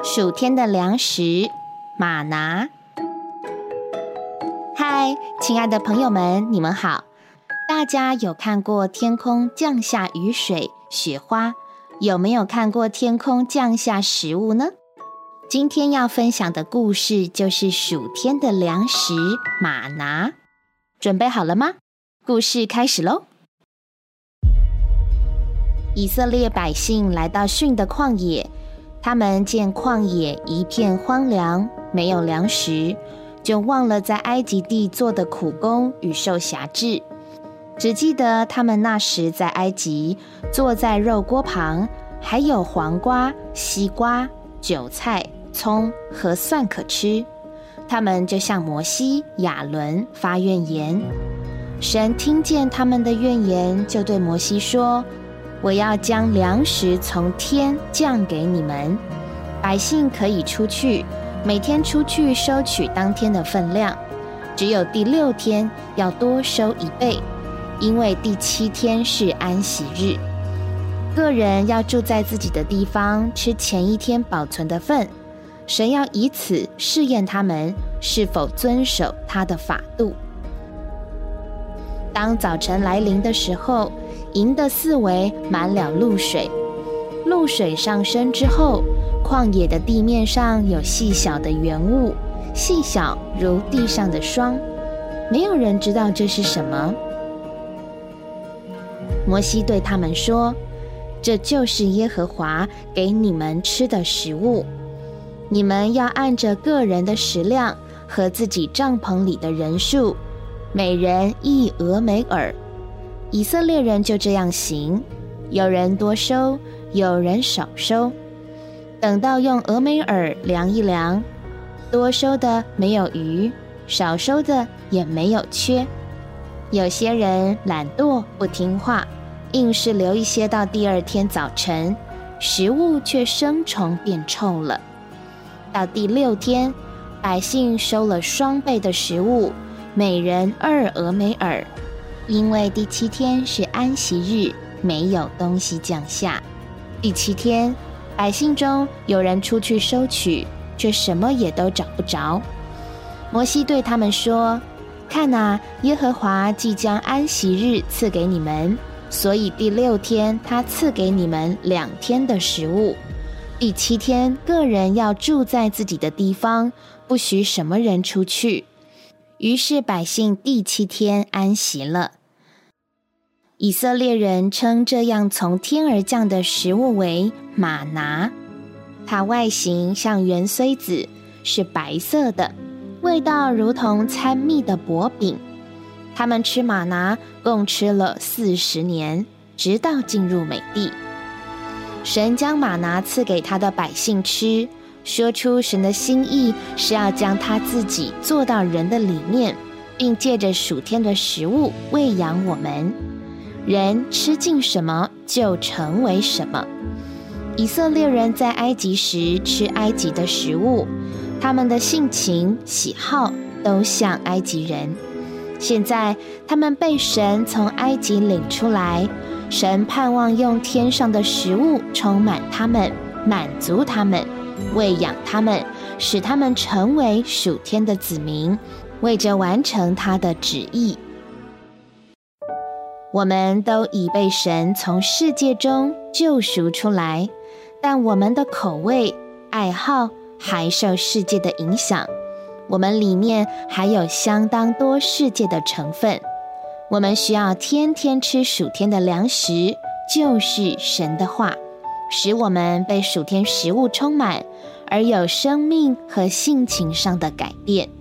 暑天的粮食，玛拿。嗨，亲爱的朋友们，你们好。大家有看过天空降下雨水、雪花，有没有看过天空降下食物呢？今天要分享的故事就是暑天的粮食，玛拿。准备好了吗？故事开始咯。以色列百姓来到逊的旷野，他们见旷野一片荒凉，没有粮食，就忘了在埃及地做的苦工与受辖制，只记得他们那时在埃及坐在肉锅旁，还有黄瓜、西瓜、韭菜、葱和蒜可吃。他们就向摩西、亚伦发怨言。神听见他们的怨言，就对摩西说：我要将粮食从天降给你们，百姓可以出去，每天出去收取当天的分量，只有第6天要多收1倍，因为第7天是安息日。个人要住在自己的地方，吃前一天保存的份。神要以此试验他们是否遵守他的法度。当早晨来临的时候，营的四围满了露水，露水上升之后，旷野的地面上有细小的圆物，细小如地上的霜，没有人知道这是什么。摩西对他们说：这就是耶和华给你们吃的食物，你们要按着个人的食量和自己帐篷里的人数，每人1俄梅尔。以色列人就这样行，有人多收，有人少收。等到用俄梅尔量一量，多收的没有余，少收的也没有缺。有些人懒惰不听话，硬是留一些到第2天早晨，食物却生虫变臭了。到第6天，百姓收了双倍的食物，每人2俄梅尔，因为第7天是安息日，没有东西降下。第7天，百姓中有人出去收取，却什么也都找不着。摩西对他们说：看啊，耶和华即将安息日赐给你们，所以第6天他赐给你们2天的食物。第7天，个人要住在自己的地方，不许什么人出去。于是百姓第7天安息了。以色列人称这样从天而降的食物为玛拿，它外形像圆穗子，是白色的，味道如同参蜜的薄饼。他们吃玛拿共吃了40年，直到进入美地。神将玛拿赐给他的百姓吃，说出神的心意是要将他自己做到人的里面，并借着属天的食物喂养我们。人吃尽什么，就成为什么。以色列人在埃及时吃埃及的食物，他们的性情喜好都像埃及人。现在他们被神从埃及领出来，神盼望用天上的食物充满他们，满足他们，喂养他们，使他们成为属天的子民，为着完成他的旨意。我们都已被神从世界中救赎出来，但我们的口味、爱好还受世界的影响，我们里面还有相当多世界的成分。我们需要天天吃属天的粮食，就是神的话，使我们被属天食物充满，而有生命和性情上的改变。